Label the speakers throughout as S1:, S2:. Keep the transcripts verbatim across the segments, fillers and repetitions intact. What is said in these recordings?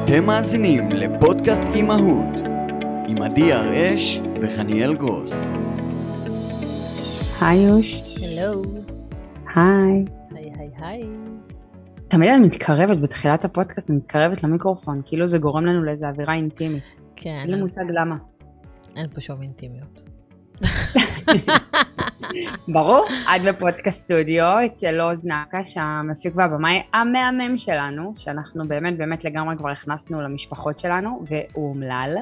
S1: אתם מאזינים לפודקאסט אימהות עם עדי הראש וחניאל גרוס.
S2: היי יוש.
S3: הלו.
S2: היי.
S3: היי היי היי.
S2: תמיד אני מתקרבת בתחילת הפודקאסט, אני מתקרבת למיקרופון, כאילו זה גורם לנו לאיזו אווירה אינטימית.
S3: כן.
S2: אין לי מושג למה.
S3: אין פה שום אינטימיות.
S2: ברור, את בפודקאסט סטודיו, אצל עוז נקש, המפיק והבמאי המהמם שלנו, שאנחנו באמת באמת לגמרי כבר הכנסנו למשפחות שלנו, והוא אומלל,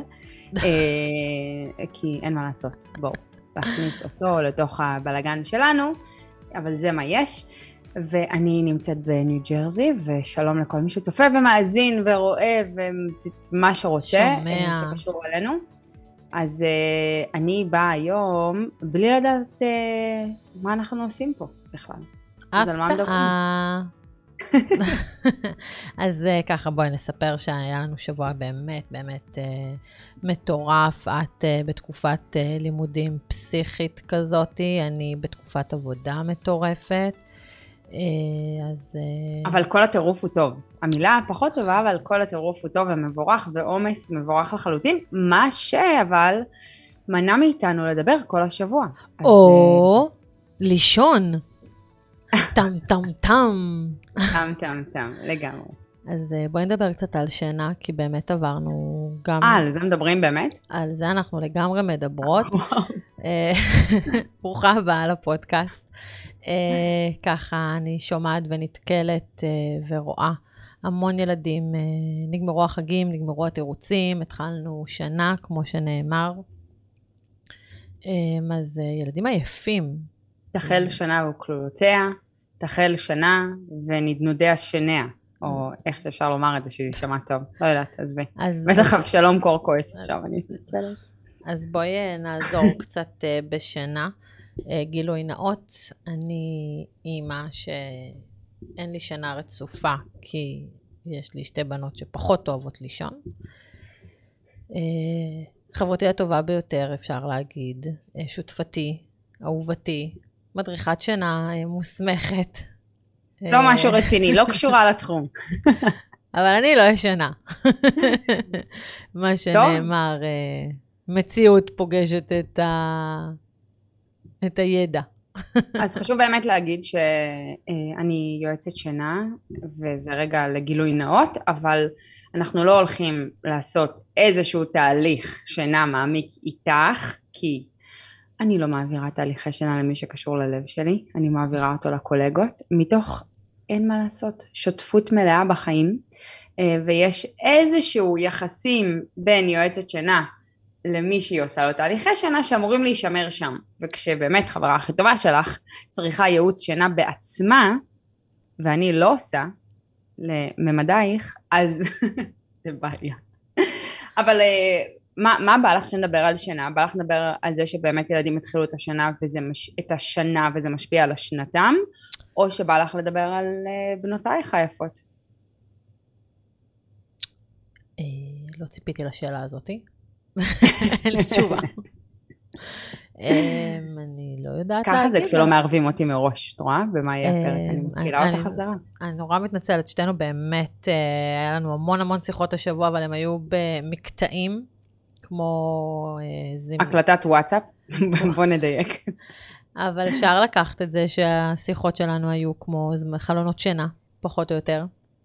S2: כי אין מה לעשות, בואו, להכניס אותו לתוך הבלגן שלנו, אבל זה מה יש, ואני נמצאת בניו ג'רזי, ושלום לכל מי שצופה ומאזין ורואה ומה שרוצה,
S3: שומע.
S2: שקשור אלינו. אז uh, אני באה היום בלי לדעת uh, מה אנחנו עושים פה בכלל. אז על מה מדברים?
S3: אז uh, ככה בואי נספר שהיה לנו שבוע באמת באמת uh, מטורף. את uh, בתקופת uh, לימודים פסיכית כזאת, אני בתקופת עבודה מטורפת. אז...
S2: אבל כל הטירוף הוא טוב. המילה פחות טובה, אבל כל הטירוף הוא טוב ומבורך, ועומס מבורך לחלוטין. מה שאבל מנע מאיתנו לדבר כל השבוע.
S3: או לישון. טם טם טם.
S2: טם טם טם, לגמרי.
S3: אז בואי נדבר קצת על שינה, כי באמת עברנו גם...
S2: אה, על זה מדברים באמת?
S3: על זה אנחנו לגמרי מדברות. ברוכה הבאה לפודקאסט. Uh, ככה אני שומעת ונתקלת uh, ורואה המון ילדים, uh, נגמרו החגים, נגמרו התירוצים, התחלנו שנה כמו שנאמר, um, אז uh, ילדים עייפים.
S2: תחל שנה וכלולותיה, תחל שנה ונדנודיה שניה, או איך שאפשר לומר את זה שישמע טוב, לא יודעת, עזבי. בטח אבשלום קור כועס עכשיו, אני מתנצלת.
S3: אז בואי נעזור קצת uh, בשינה. גילוי נאות, אני אימא שאין לי שינה רצופה, כי יש לי שתי בנות שפחות אוהבות לישון. חברותי הטובה ביותר, אפשר להגיד, שותפתי, אהובתי, מדריכת שינה מוסמכת.
S2: לא משהו רציני, לא קשורה לתחום.
S3: אבל אני לא ישנה. מה שנאמר, מציאות פוגשת את ה... את הידע.
S2: אז חשוב באמת להגיד שאני יועצת שינה, וזה רגע לגילוי נאות, אבל אנחנו לא הולכים לעשות איזשהו תהליך שינה מעמיק איתך, כי אני לא מעבירה תהליכי שינה למי שקשור ללב שלי, אני מעבירה אותו לקולגות, מתוך אין מה לעשות, שותפות מלאה בחיים, ויש איזשהו יחסים בין יועצת שינה, למי שהיא עושה לו תהליכי שינה שאמורים להישמר שם, וכשבאמת חברה הכי טובה שלך צריכה ייעוץ שינה בעצמה, ואני לא עושה לממדייך, אז זה בעיה. אבל מה, מה בא לך שנדבר על שינה? בא לך לדבר על זה שבאמת ילדים התחילו את השנה, וזה מש... את השנה וזה משפיע על השנתם, או שבא לך לדבר על בנותייך היפות?
S3: לא ציפיתי לשאלה הזאתי. אין לי תשובה. אני לא יודעת להגיד.
S2: ככה זה כשלא מערבים אותי מראש, את רואה? ומה יהיה הפרק? אני מתחילה אותה חזרה.
S3: אני נורא מתנצלת, שתינו באמת, היה לנו המון המון שיחות השבוע, אבל הם היו במקטעים, כמו...
S2: הקלטת וואטסאפ, בוא נדייק.
S3: אבל אפשר לקחת את זה שהשיחות שלנו היו כמו חלונות שינה, פחות או יותר.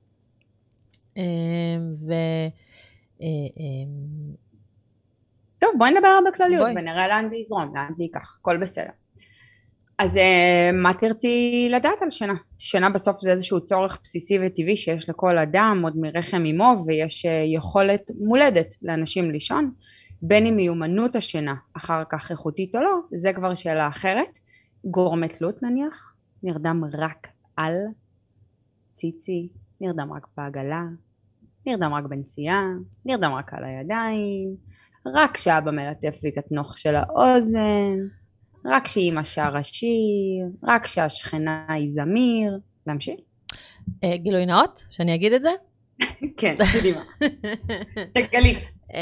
S3: ו...
S2: טוב, בואי נדבר בכלליות ונראה לאן זה יזרום, לאן זה ייקח, הכל בסדר. אז מה תרצי לדעת על שינה? שינה בסוף זה איזשהו צורך בסיסי וטבעי שיש לכל אדם, עוד מרחם אמו, ויש יכולת מולדת לאנשים לישון, בין אם מיומנות השינה אחר כך איכותית או לא, זה כבר שאלה אחרת. גורמי תלות נניח, נרדם רק על ציצי, נרדם רק בעגלה, נרדם רק בנסיעה, נרדם רק על הידיים, רק שאבא מלטף לי את התנוך של האוזן, רק שאמא שרה שיר, רק שהשכנה היא זמיר. להמשיך?
S3: גילוי נאות, שאני אגיד את זה?
S2: כן, קדימה. תגלי.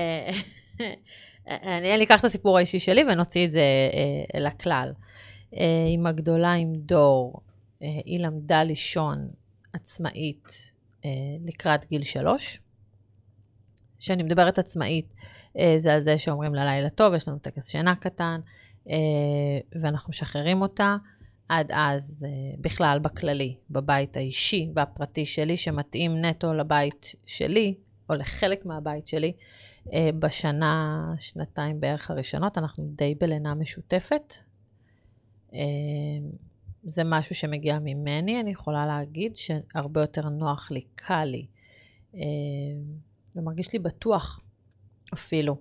S3: אני אקח את הסיפור האישי שלי ונוציא את זה לכלל. עם הגדולה, עם דור, היא למדה לישון עצמאית לקראת גיל שלוש. שאני מדברת עצמאית, זה על זה שאומרים לה לילה טוב, יש לנו טקס שינה קטן, ואנחנו משחררים אותה, עד אז בכלל בכללי, בבית האישי והפרטי שלי, שמתאים נטו לבית שלי, או לחלק מהבית שלי, בשנה, שנתיים בערך הראשונות, אנחנו די בלינה משותפת. זה משהו שמגיע ממני, אני יכולה להגיד שהרבה יותר נוח לי, קל לי, ומרגיש לי בטוח אפילו,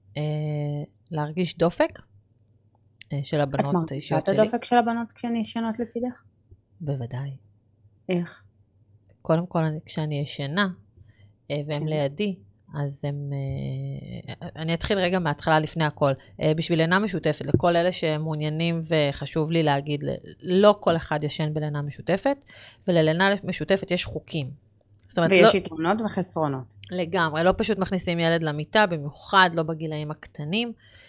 S3: להרגיש דופק של הבנות האישיות שלי.
S2: את הדופק של הבנות כשאני ישנות לצידך?
S3: בוודאי.
S2: איך?
S3: קודם כל, כשאני ישנה, והם לידי, אז הם, אני אתחיל רגע מההתחלה לפני הכל. בשביל לינה משותפת, לכל אלה שמעוניינים וחשוב לי להגיד, לא כל אחד ישן בלינה משותפת, וללינה משותפת יש חוקים.
S2: ויש לא, יתרונות וחסרונות.
S3: לגמרי, לא פשוט מכניסים ילד למיטה, במיוחד לא בגילאים הקטנים.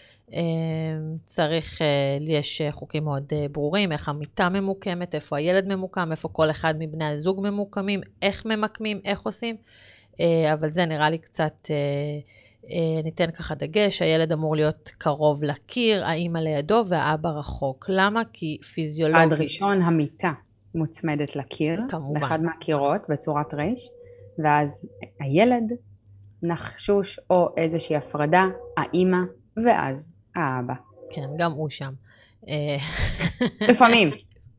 S3: צריך, יש חוקים מאוד ברורים, איך המיטה ממוקמת, איפה הילד ממוקם, איפה כל אחד מבני הזוג ממוקמים, איך ממקמים, איך עושים. אבל זה נראה לי קצת, ניתן ככה דגש, הילד אמור להיות קרוב לקיר, האמא לידו והאבא רחוק. למה? כי פיזיולוגית.
S2: עד ראשון המיטה מוצמדת לקיר,
S3: כמובן.
S2: לאחד מהקירות בצורת רש, ואז הילד נחשוש או איזושהי הפרדה, האמא ואז האבא.
S3: כן, גם הוא שם.
S2: לפעמים.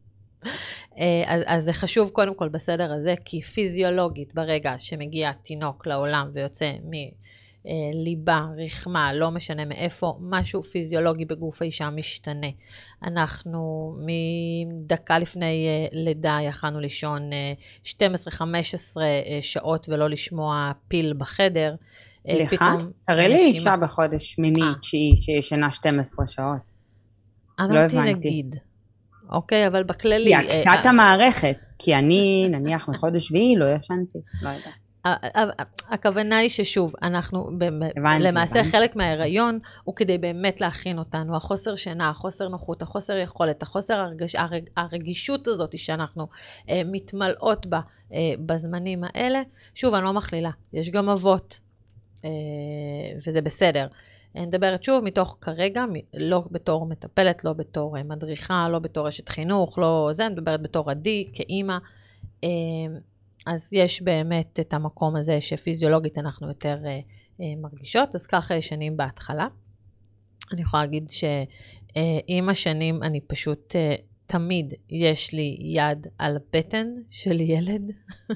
S3: אז, אז זה חשוב קודם כל בסדר הזה, כי פיזיולוגית ברגע שמגיע תינוק לעולם ויוצא מליבה, רחמה, לא משנה מאיפה, משהו פיזיולוגי בגוף האישה משתנה. אנחנו מדקה לפני לידה יכלנו לישון שתים עשרה חמש עשרה שעות ולא לשמוע פיל בחדר.
S2: סליחה, תראה לי אישה בחודש שמיני, תשיעי, שישנה שתים עשרה שעות.
S3: אמרתי נגיד. אוקיי, אבל בכללי...
S2: היא קצת המערכת, כי אני, נניח, מחודש שביעי, לא ישנתי, לא יודעת.
S3: הכוונה היא ששוב, אנחנו, למעשה חלק מההיריון, הוא כדי באמת להכין אותנו, החוסר שינה, החוסר נוחות, החוסר יכולת, החוסר הרגישות הזאת שאנחנו מתמלאות בה בזמנים האלה. שוב, אני לא מכלילה, יש גם אבות, וזה בסדר. אני מדברת שוב מתוך כרגע, לא בתור מטפלת, לא בתור מדריכה, לא בתור אשת חינוך, לא זה, אני מדברת בתור עדי, כאימא. אז יש באמת את המקום הזה שפיזיולוגית אנחנו יותר מרגישות, אז ככה ישנים בהתחלה. אני יכולה להגיד שעם השנים אני פשוט, תמיד יש לי יד על בטן של ילד,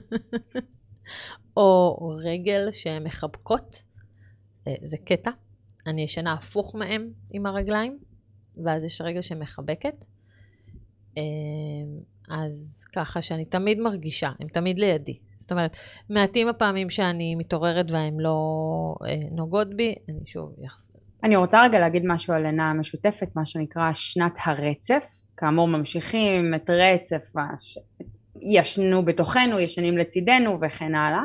S3: או רגל שהן מחבקות, זה קטע. אני ישנה הפוך מהם עם הרגליים, ואז יש רגל שמחבקת. אז ככה שאני תמיד מרגישה, הם תמיד לידי. זאת אומרת, מעטים הפעמים שאני מתעוררת והם לא נוגעות בי, אני שוב יחזר.
S2: אני רוצה רגע להגיד משהו על לינה משותפת, מה שנקרא שנת הרצף. כאמור, ממשיכים את רצף, ישנו בתוכנו, ישנים לצידנו וכן הלאה.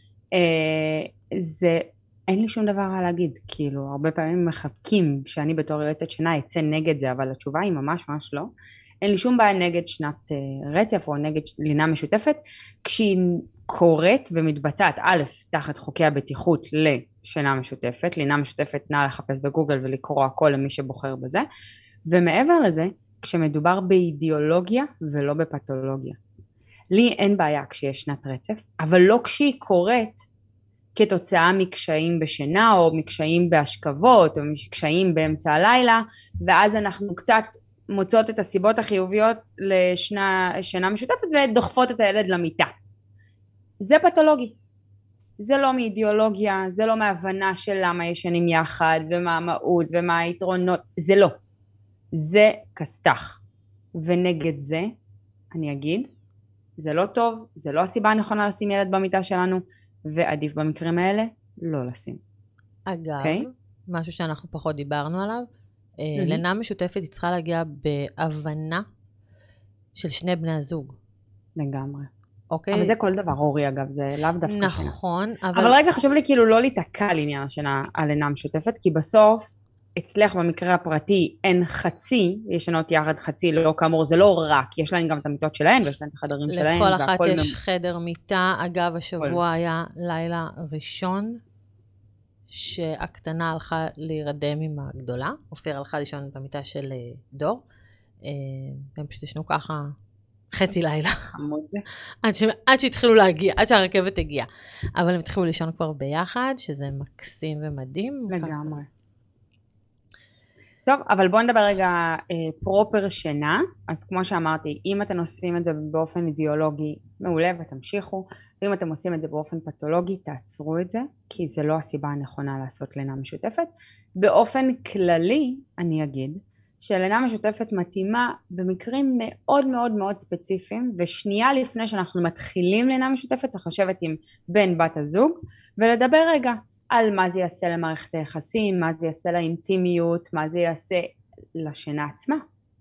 S2: זה... אין לי שום דבר על להגיד, כאילו, הרבה פעמים מחבקים שאני בתור יועצת שינה אצא נגד זה, אבל התשובה היא ממש ממש לא. אין לי שום בעיה נגד שנת uh, רצף או נגד לינה משותפת, כשהיא קורית ומתבצעת, א', תחת חוקי הבטיחות לשינה משותפת, לינה משותפת נא לחפש בגוגל ולקרוא הכל למי שבוחר בזה, ומעבר לזה, כשמדובר באידיאולוגיה ולא בפתולוגיה. לי אין בעיה כשיש שנת רצף, אבל לא כשהיא קורית, כתוצאה מקשיים בשינה או מקשיים בהשכבות או מקשיים באמצע הלילה, ואז אנחנו קצת מוצאות את הסיבות החיוביות לשינה משותפת ודוחפות את הילד למיטה. זה פתולוגי. זה לא מאידיאולוגיה, זה לא מהבנה של למה ישנים יחד ומה המהות ומה היתרונות, זה לא. זה כסתח. ונגד זה, אני אגיד, זה לא טוב, זה לא הסיבה הנכונה לשים ילד במיטה שלנו, ועדיף במקרים האלה לא לשים.
S3: אגב, okay? משהו שאנחנו פחות דיברנו עליו, mm-hmm. לינה משותפת היא צריכה להגיע בהבנה של שני בני הזוג.
S2: לגמרי.
S3: אוקיי?
S2: אבל זה כל דבר, אורי אגב, זה לאו דווקא
S3: נכון,
S2: שינה.
S3: נכון,
S2: אבל... אבל רגע חשוב לי כאילו לא להתעקע על עניין השינה, על לינה משותפת, כי בסוף, אצלך במקרה הפרטי אין חצי, ישנות יחד חצי, לא כאמור, זה לא רק, יש להן גם את המיטות שלהן, ויש להן את החדרים שלהן.
S3: לכל אחת יש מ... חדר מיטה, אגב, השבוע כל... היה לילה ראשון, שהקטנה הלכה להירדם עם הגדולה, אופיר הלכה לישון במיטה של דור, והם פשוט ישנו ככה חצי לילה.
S2: חמוד זה.
S3: עד, ש... עד שהתחילו להגיע, עד שהרכבת הגיעה. אבל הם התחילו לישון כבר ביחד, שזה מקסים ומדהים.
S2: לגמרי. טוב, אבל בואו נדבר רגע אה, פרופר שינה. אז כמו שאמרתי, אם אתם עושים את זה באופן אידיאולוגי מעולה ותמשיכו, ואם אתם עושים את זה באופן פתולוגי, תעצרו את זה, כי זה לא הסיבה הנכונה לעשות לינה משותפת. באופן כללי, אני אגיד, שלינה משותפת מתאימה במקרים מאוד מאוד מאוד ספציפיים, ושנייה לפני שאנחנו מתחילים לינה משותפת, צריך לשבת עם בן בת הזוג, ולדבר רגע על מה זה יעשה למערכת היחסים, מה זה יעשה לאינטימיות, מה זה יעשה לשינה עצמה.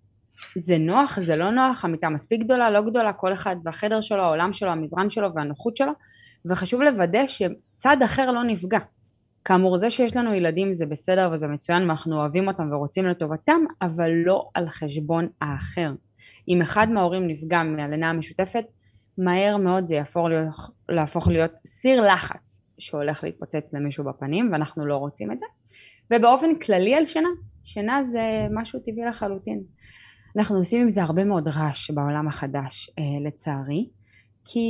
S2: זה נוח, זה לא נוח, המיטה מספיק גדולה, לא גדולה, כל אחד והחדר שלו, העולם שלו, המזרן שלו והנוחות שלו, וחשוב לוודא שצד אחר לא נפגע. כאמור, זה שיש לנו ילדים זה בסדר וזה מצוין, אנחנו אוהבים אותם ורוצים לטובתם, אבל לא על חשבון האחר. אם אחד מההורים נפגע מהלינה המשותפת, מהר מאוד זה יהפוך להיות, להפוך להיות סיר לחץ שהולך להתפוצץ למישהו בפנים, ואנחנו לא רוצים את זה. ובאופן כללי על שינה, שינה זה משהו טבעי לחלוטין. אנחנו עושים עם זה הרבה מאוד רעש בעולם החדש, לצערי, כי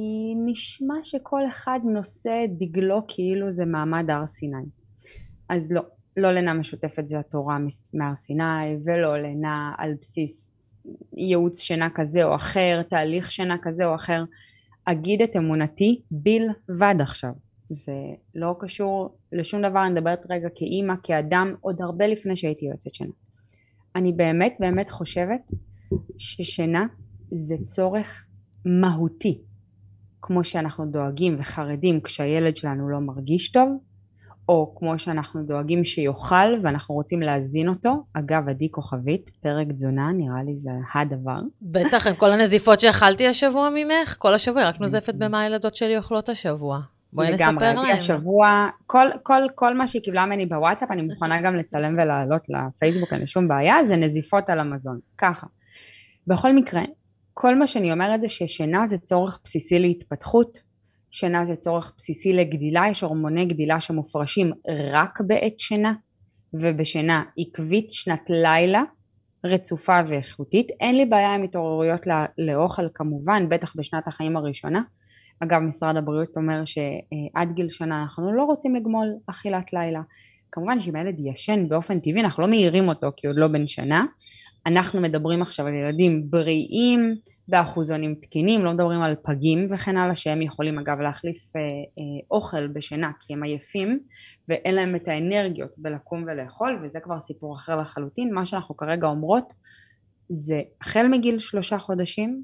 S2: נשמע שכל אחד נושא דגלו כאילו זה מעמד הר סיני. אז לא, לא לינה משותפת זה התורה מהר סיני, ולא לינה על בסיס ייעוץ שינה כזה או אחר, תהליך שינה כזה או אחר. אגיד את אמונתי בלבד עכשיו. זה לא קשור לשום דבר, אני מדברת רגע כאימא, כאדם, עוד הרבה לפני שהייתי יועצת שינה. אני באמת באמת חושבת ששינה זה צורך מהותי, כמו שאנחנו דואגים וחרדים כשהילד שלנו לא מרגיש טוב, או כמו שאנחנו דואגים שיוכל ואנחנו רוצים להזין אותו. אגב, עדי כוכבית, פרק תזונה, נראה לי זה הדבר.
S3: בטח, עם כל הנזיפות שאכלתי השבוע ממך, כל השבוע, רק נוזפת במה הילדות שלי אוכלות השבוע. בואי נספר להם.
S2: לגמרי, השבוע, כל, כל, כל מה שהיא קיבלה ממני בוואטסאפ, אני מוכנה גם לצלם ולעלות לפייסבוק, אין לי שום בעיה, זה נזיפות על המזון. ככה. בכל מקרה, כל מה שאני אומרת זה ששינה זה צורך בסיסי להתפתחות, שינה זה צורך בסיסי לגדילה, יש הורמוני גדילה שמופרשים רק בעת שינה, ובשינה עקבית שנת לילה, רצופה ואיכותית. אין לי בעיה עם התעוררויות לא, לאוכל כמובן, בטח בשנת החיים הראשונה. אגב, משרד הבריאות אומר שעד גיל שנה אנחנו לא רוצים לגמול אכילת לילה. כמובן שאם הילד ישן באופן טבעי, אנחנו לא מהירים אותו כי עוד לא בן שנה. אנחנו מדברים עכשיו על ילדים בריאים, באחוזונים תקינים, לא מדברים על פגים וכן הלאה, שהם יכולים אגב להחליף אה, אה, אוכל בשינה, כי הם עייפים ואין להם את האנרגיות בלקום ולאכול, וזה כבר סיפור אחר לחלוטין. מה שאנחנו כרגע אומרות, זה החל מגיל שלושה חודשים,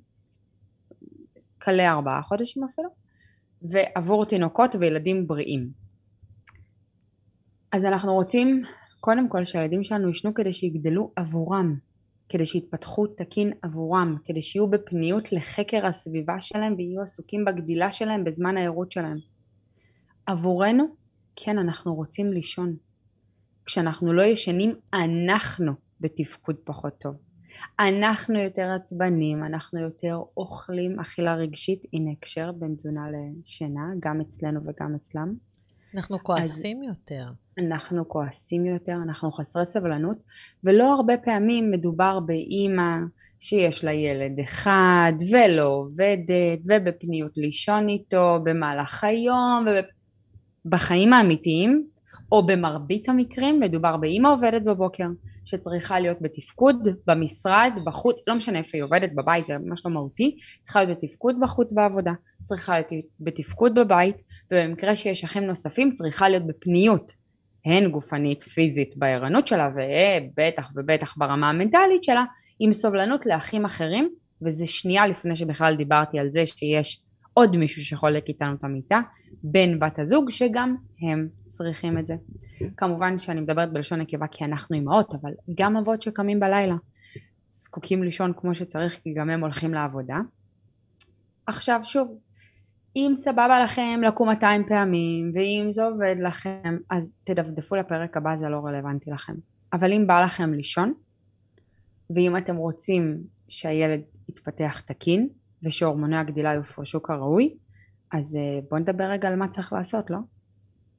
S2: כלה ארבעה חודשים אפילו, ועבור תינוקות וילדים בריאים. אז אנחנו רוצים קודם כל שהילדים שלנו ישנו כדי שיגדלו עבורם, כדי שיתפתחו תקין עבורם, כדי שיהיו בפניות לחקר הסביבה שלהם ויהיו עסוקים בגדילה שלהם בזמן העירות שלהם. עבורנו, כן, אנחנו רוצים לישון. כשאנחנו לא ישנים, אנחנו בתפקוד פחות טוב. אנחנו יותר עצבנים, אנחנו יותר אוכלים אכילה רגשית, הנה הקשר בין תזונה לשינה, גם אצלנו וגם אצלם.
S3: אנחנו כועסים יותר.
S2: אנחנו כועסים יותר, אנחנו חסרי סבלנות, ולא הרבה פעמים מדובר באמא שיש לה ילד אחד, ולא עובדת, ובפניות לישון איתו, במהלך היום, ובחיים האמיתיים, או במרבית המקרים, מדובר באמא עובדת בבוקר, שצריכה להיות בתפקוד, במשרד, בחוץ, לא משנה איפה היא עובדת, בבית, זה ממש לא מהותי, צריכה להיות בתפקוד בחוץ בעבודה, צריכה להיות בתפקוד בבית, ובמקרה שיש אחים נוספים, צריכה להיות בפניות, הן גופנית, פיזית, בערנות שלה, ובטח ובטח ברמה המנטלית שלה, עם סובלנות לאחים אחרים, וזה שנייה לפני שבכלל דיברתי על זה, שיש עוד מישהו שחולק איתנו את המיטה, בן בת הזוג, שגם הם צריכים את זה. כמובן שאני מדברת בלשון נקבה כי אנחנו אימהות, אבל גם אבות שקמים בלילה, זקוקים לישון כמו שצריך, כי גם הם הולכים לעבודה. עכשיו שוב, אם סבבה לכם לקום מאתיים פעמים, ואם זה עובד לכם, אז תדפדפו לפרק הבא, זה לא רלוונטי לכם. אבל אם בא לכם לישון, ואם אתם רוצים שהילד יתפתח תקין, ושהורמוני הגדילה יופרשו כראוי, אז בואו נדבר רגע על מה צריך לעשות, לא?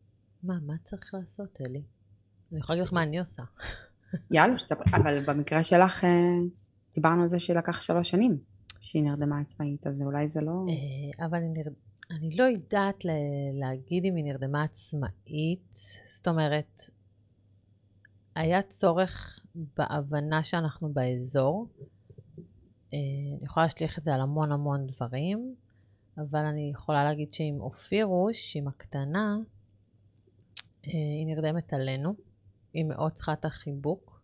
S3: מה, מה צריך לעשות, אלי? אני יכולה להגיד לך מה אני עושה.
S2: יאללה, שצפ... אבל במקרה שלך דיברנו על זה שלקח שלוש שנים שהיא נרדמה עצמאית, אז אולי זה לא...
S3: אבל אני, נרד... אני לא יודעת ל... להגיד אם היא נרדמה עצמאית, זאת אומרת, היה צורך בהבנה שאנחנו באזור, אני יכולה להשליך את זה על המון המון דברים, אבל אני יכולה להגיד שעם אופירוש, עם הקטנה, היא נרדמת עלינו, היא מאוד צריכה את החיבוק,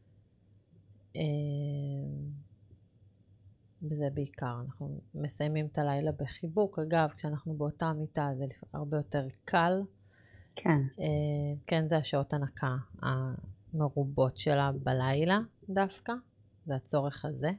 S3: וזה בעיקר, אנחנו מסיימים את הלילה בחיבוק, אגב, כשאנחנו באותה מיטה זה הרבה יותר קל,
S2: כן,
S3: כן, זה השעות הנקה המרובות שלה בלילה דווקא, זה הצורך הזה.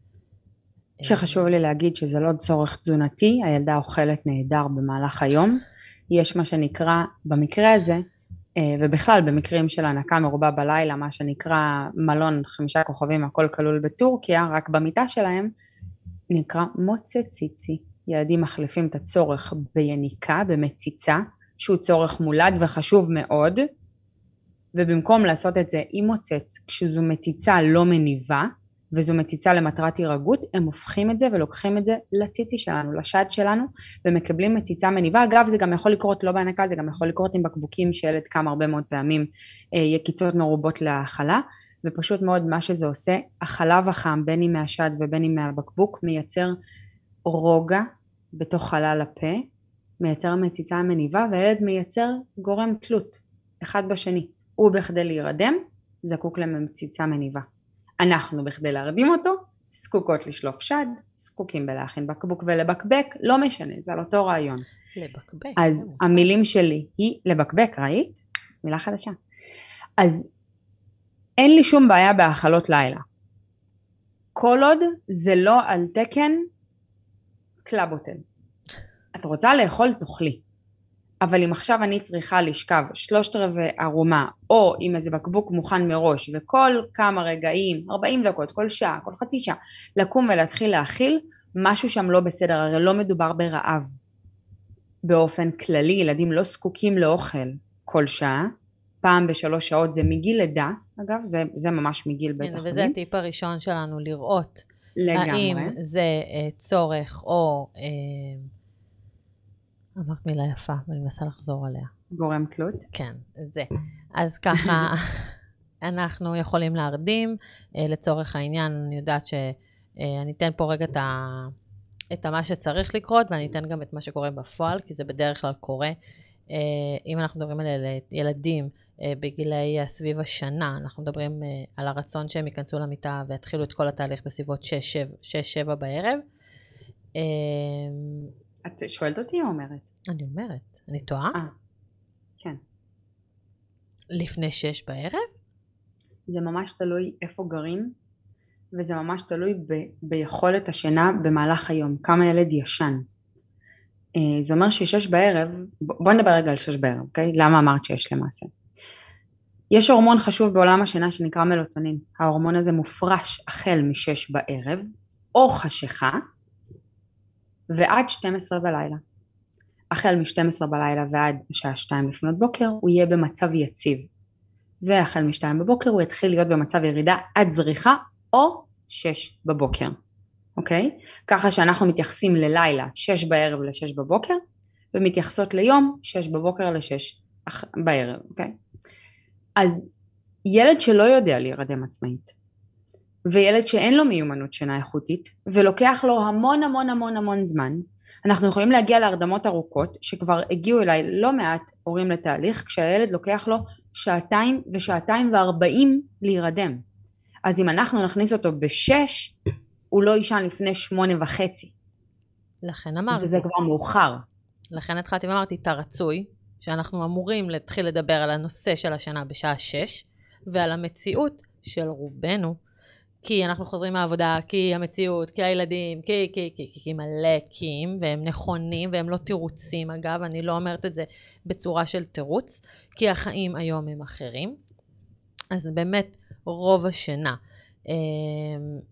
S2: שחשוב לי להגיד שזה לא צורך תזונתי, הילדה אוכלת נהדר במהלך היום, יש מה שנקרא במקרה הזה, ובכלל במקרים של הנקה מרובה בלילה, מה שנקרא מלון חמישה כוכבים, הכל כלול בטורקיה, רק במיטה שלהם, נקרא מוצציצי. ילדים מחליפים את הצורך ביניקה, במציצה, שהוא צורך מולד וחשוב מאוד, ובמקום לעשות את זה עם מוצץ, כשזו מציצה לא מניבה, וזו מציצה למטרת הירגות, הם הופכים את זה ולוקחים את זה לציצי שלנו, לשד שלנו, ומקבלים מציצה מניבה. אגב, זה גם יכול לקרות לא בהנקה, זה גם יכול לקרות עם בקבוקים שילד קם הרבה מאוד פעמים, יקיצות מרובות להאכלה, ופשוט מאוד מה שזה עושה, החלב החם, בין אם מהשד ובין אם מהבקבוק, מייצר רוגע בתוך חלל הפה, מייצר מציצה מניבה, והילד מייצר גורם תלות, אחד בשני. הוא בכדי להירדם, זקוק למציצה מניבה. אנחנו בכדי להרדים אותו, זקוקות לשלוף שד, זקוקים בלהכין בקבוק ולבקבק, לא משנה, זה על אותו רעיון.
S3: לבקבק.
S2: אז המילים שלי היא לבקבק, ראית? מילה חדשה. אז אין לי שום בעיה בהאכלות לילה. כל עוד זה לא על תקן קלאבוטל. את רוצה לאכול, תאכלי. אבל אם עכשיו אני צריכה לשכב שלושת רבעי ערומה, או עם איזה בקבוק מוכן מראש, וכל כמה רגעים, ארבעים דקות, כל שעה, כל חצי שעה, לקום ולהתחיל להאכיל, משהו שם לא בסדר, הרי לא מדובר ברעב. באופן כללי, ילדים לא זקוקים לאוכל כל שעה, פעם בשלוש שעות, זה מגיל לידה, אגב, זה, זה ממש מגיל בית החולים.
S3: וזה הטיפ הראשון שלנו, לראות
S2: לגמרי.
S3: האם זה uh, צורך או... Uh, אמרת מילה יפה, ואני מנסה לחזור עליה.
S2: גורם תלות?
S3: כן, זה. אז ככה, אנחנו יכולים להרדים, לצורך העניין, אני יודעת שאני אתן פה רגע את, ה, את מה שצריך לקרות, ואני אתן גם את מה שקורה בפועל, כי זה בדרך כלל קורה. אם אנחנו מדברים על ילדים בגילי סביב השנה, אנחנו מדברים על הרצון שהם ייכנסו למיטה, ויתחילו את כל התהליך בסביבות שש שבע בערב.
S2: את שואלת אותי או אומרת?
S3: אני אומרת, אני טועה?
S2: אה, כן.
S3: לפני שש בערב?
S2: זה ממש תלוי איפה גרים, וזה ממש תלוי ב- ביכולת השינה במהלך היום, כמה ילד ישן. אה, זה אומר ששש בערב, בוא נדבר רגע על שש בערב, אוקיי? למה אמרת שיש למעשה? יש הורמון חשוב בעולם השינה שנקרא מלטונין. ההורמון הזה מופרש החל משש בערב, או חשיכה, ועד שתים עשרה בלילה. החל מ-שתים עשרה בלילה ועד השעה שתיים לפנות בוקר, הוא יהיה במצב יציב. והחל מ-שתיים בבוקר הוא יתחיל להיות במצב ירידה עד זריחה, או שש בבוקר. אוקיי? ככה שאנחנו מתייחסים ללילה שש בערב ל-שש בבוקר, ומתייחסות ליום שש בבוקר ל-שש בערב. אוקיי? אז ילד שלא יודע להירדם עצמאית, וילד שאין לו מיומנות שינה איכותית, ולוקח לו המון המון המון המון זמן, אנחנו יכולים להגיע להרדמות ארוכות, שכבר הגיעו אליי לא מעט הורים לתהליך, כשהילד לוקח לו שעתיים ושעתיים וארבעים להירדם. אז אם אנחנו נכניס אותו בשש, הוא לא יישן לפני שמונה וחצי.
S3: לכן אמרתי.
S2: וזה כבר מאוחר.
S3: לכן התחלתי ואמרתי, אתה רצוי, שאנחנו אמורים להתחיל לדבר על הנושא של השינה בשעה שש, ועל המציאות של רובנו, כי אנחנו חוזרים מהעבודה, כי המציאות, כי הילדים, כי, כי, כי, כי, כי מלא קים, והם נכונים, והם לא תירוצים, אגב, אני לא אומרת את זה בצורה של תירוץ, כי החיים היום הם אחרים, אז באמת רוב השינה.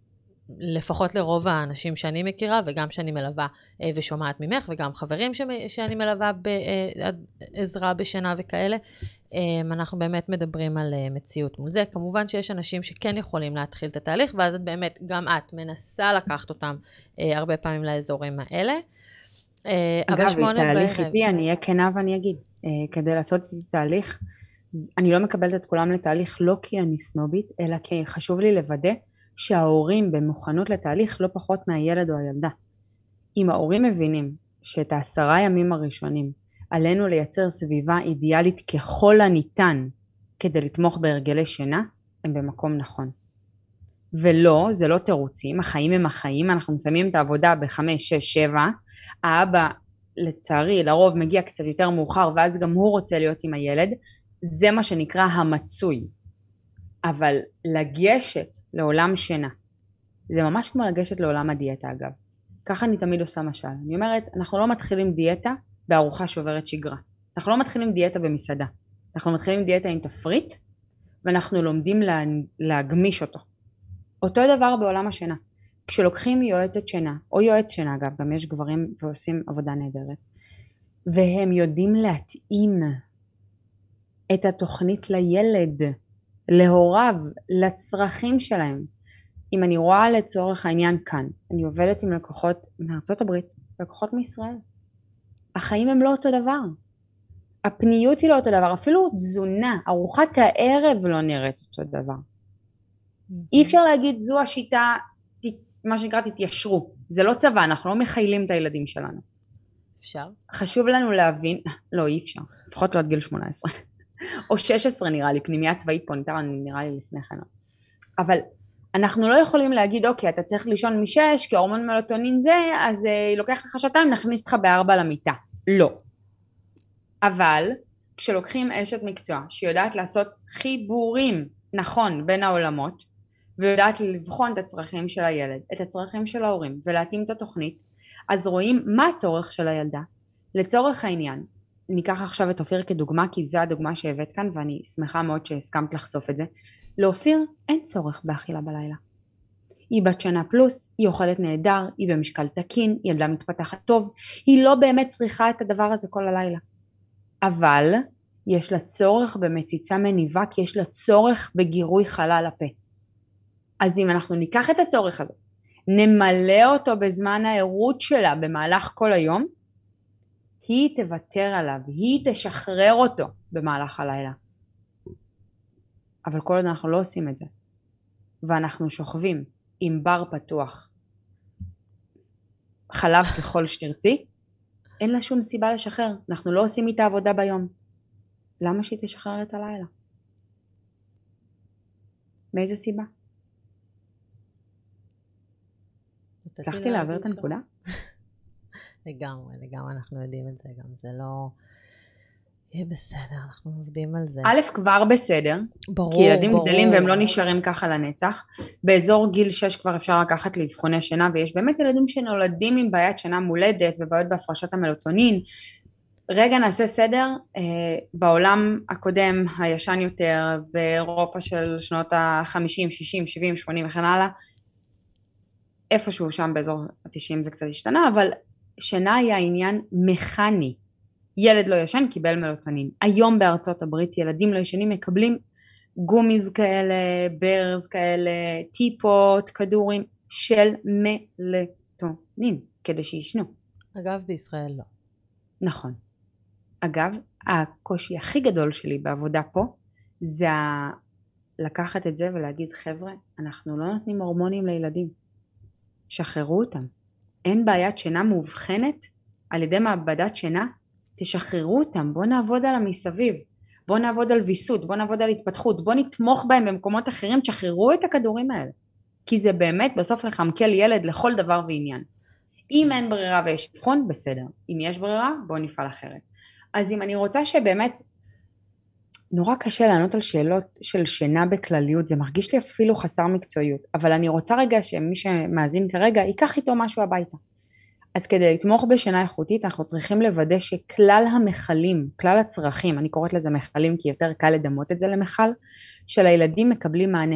S3: לפחות לרוב האנשים שאני מכירה, וגם שאני מלווה ושומעת ממך, וגם חברים שאני מלווה בעזרה בשינה וכאלה, אנחנו באמת מדברים על מציאות מול זה. כמובן שיש אנשים שכן יכולים להתחיל את התהליך, ואז את באמת, גם את מנסה לקחת אותם הרבה פעמים לאזורים האלה.
S2: אגב, תהליך איתי, אני אהיה כנה ואני אגיד, כדי לעשות את התהליך, אני לא מקבלת את כולם לתהליך, לא כי אני סנובית, אלא כי חשוב לי לוודא שההורים במוכנות לתהליך לא פחות מהילד או הילדה. אם ההורים מבינים שאת העשרה ימים הראשונים עלינו לייצר סביבה אידיאלית ככל הניתן כדי לתמוך בהרגלי שינה, הם במקום נכון. ולא, זה לא תירוצים, החיים הם החיים, אנחנו מסיימים את העבודה בחמש, שש, שבע, האבא לצערי לרוב מגיע קצת יותר מאוחר ואז גם הוא רוצה להיות עם הילד, זה מה שנקרא המצוי. אבל לגשת לעולם שינה, זה ממש כמו לגשת לעולם הדיאטה אגב. ככה אני תמיד עושה משל. אני אומרת, אנחנו לא מתחילים דיאטה בארוחה שוברת שגרה. אנחנו לא מתחילים דיאטה במסעדה. אנחנו מתחילים דיאטה עם תפריט, ואנחנו לומדים לה, להגמיש אותו. אותו דבר בעולם השינה. כשלוקחים יועצת שינה, או יועץ שינה אגב, גם יש גברים ועושים עבודה נהדרת, והם יודעים להתאים את התוכנית לילד, להוריו, לצרכים שלהם. אם אני רואה לצורך העניין כאן, אני עובדת עם לקוחות מארצות הברית, לקוחות מישראל. החיים הם לא אותו דבר. הפניות היא לא אותו דבר, אפילו תזונה, ארוחת הערב לא נראית אותו דבר. אי אפשר להגיד זו השיטה, מה שנקרא תתיישרו. זה לא צבא, אנחנו לא מחיילים את הילדים שלנו.
S3: אפשר?
S2: חשוב לנו להבין, לא אי אפשר, לפחות לא עד גיל שמונה עשרה. או שש עשרה נראה לי, פנימיה צבאית פה ניתן נראה לי לפני כן. אבל אנחנו לא יכולים להגיד, אוקיי, אתה צריך לישון משש, כי ההורמון מלטונין זה, אז אה, לוקח לך שעתיים, נכניס אותך בארבע למיטה. לא. אבל, כשלוקחים אשת מקצוע, שיודעת לעשות חיבורים, נכון, בין העולמות, ויודעת לבחון את הצרכים של הילד, את הצרכים של ההורים, ולהתאים את התוכנית, אז רואים מה הצורך של הילדה. לצורך העניין, ניקח עכשיו את אופיר כדוגמה, כי זו הדוגמה שהבאת כאן, ואני שמחה מאוד שהסכמת לחשוף את זה. לאופיר אין צורך באכילה בלילה. היא בת שנה פלוס, היא אוכלת נהדר, היא במשקל תקין, היא ילדה מתפתחת טוב, היא לא באמת צריכה את הדבר הזה כל הלילה. אבל יש לה צורך במציצה מניבה, כי יש לה צורך בגירוי חלל הפה. אז אם אנחנו ניקח את הצורך הזה, נמלא אותו בזמן העירות שלה במהלך כל היום, היא תוותר עליו, היא תשחרר אותו במהלך הלילה. אבל כל עוד אנחנו לא עושים את זה, ואנחנו שוכבים עם בר פתוח, חלב ככל שתרצי, אין לה שום סיבה לשחרר. אנחנו לא עושים איתה עבודה ביום. למה שהיא תשחרר את הלילה? מאיזה סיבה? הצלחתי להעביר את הנקודה?
S3: לגמרי, לגמרי אנחנו יודעים את זה, גם זה לא... יהיה בסדר, אנחנו עובדים על זה.
S2: א', כבר בסדר,
S3: ברור,
S2: כי ילדים
S3: ברור.
S2: גדלים והם לא נשארים ככה לנצח. באזור גיל שש כבר אפשר לקחת לאבחוני שינה, ויש באמת ילדים שנולדים עם בעיית שינה מולדת ובעיות בהפרשת המלטונין. רגע נעשה סדר, אה, בעולם הקודם הישן יותר, באירופה של שנות ה-חמישים, שישים, שבעים, שמונים וכן הלאה, איפשהו שם באזור ה-תשעים זה קצת השתנה, אבל שינה היא העניין מכני. ילד לא ישן קיבל מלטונין. היום בארצות הברית ילדים לא ישנים מקבלים גומיז כאלה, ברז כאלה, טיפות, כדורים של מלטונין כדי שישנו.
S3: אגב, בישראל לא.
S2: נכון. אגב, הקושי הכי גדול שלי בעבודה פה זה לקחת את זה ולהגיד, חבר'ה, אנחנו לא נותנים הורמונים לילדים. שחררו אותם. אין בעיית שינה מאובחנת על ידי מעבדת שינה, תשחררו אותם, בוא נעבוד על המסביב, בוא נעבוד על ויסות, בוא נעבוד על התפתחות, בוא נתמוך בהם במקומות אחרים, תשחררו את הכדורים האלה, כי זה באמת בסוף לחמקל ילד לכל דבר ועניין. אם אין ברירה ויש אבחון, בסדר, אם יש ברירה, בוא נפעל אחרת. אז אם אני רוצה שבאמת, נורא קשה לענות על שאלות של שינה בכלליות, זה מרגיש לי אפילו חסר מקצועיות, אבל אני רוצה רגע שמי שמאזין כרגע, ייקח איתו משהו הביתה. אז כדי לתמוך בשינה איכותית, אנחנו צריכים לוודא שכלל המחלים, כלל הצרכים, אני קוראת לזה מחלים כי יותר קל לדמות את זה למחל, של הילדים מקבלים מענה.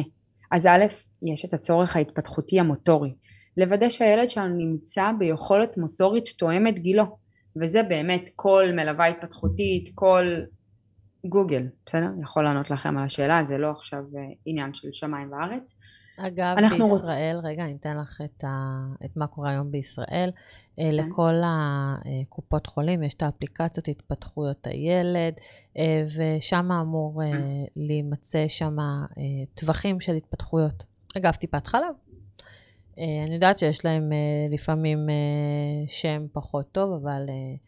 S2: אז א', יש את הצורך ההתפתחותי המוטורי, לוודא שהילד שלנו נמצא ביכולת מוטורית תואמת גילו, וזה באמת כל מלווה התפתחותית, כל גוגל, בסדר? יכול לענות לכם על השאלה, זה לא עכשיו עניין של שמיים וארץ.
S3: אגב, בישראל, רוצ... רגע, אני אתן לך את, ה... את מה קורה היום בישראל. Okay. לכל הקופות חולים יש את האפליקציות התפתחויות הילד, ושם אמור okay. להימצא שם טווחים של התפתחויות. אגב, טיפת חלב. אני יודעת שיש להם לפעמים שם פחות טוב, אבל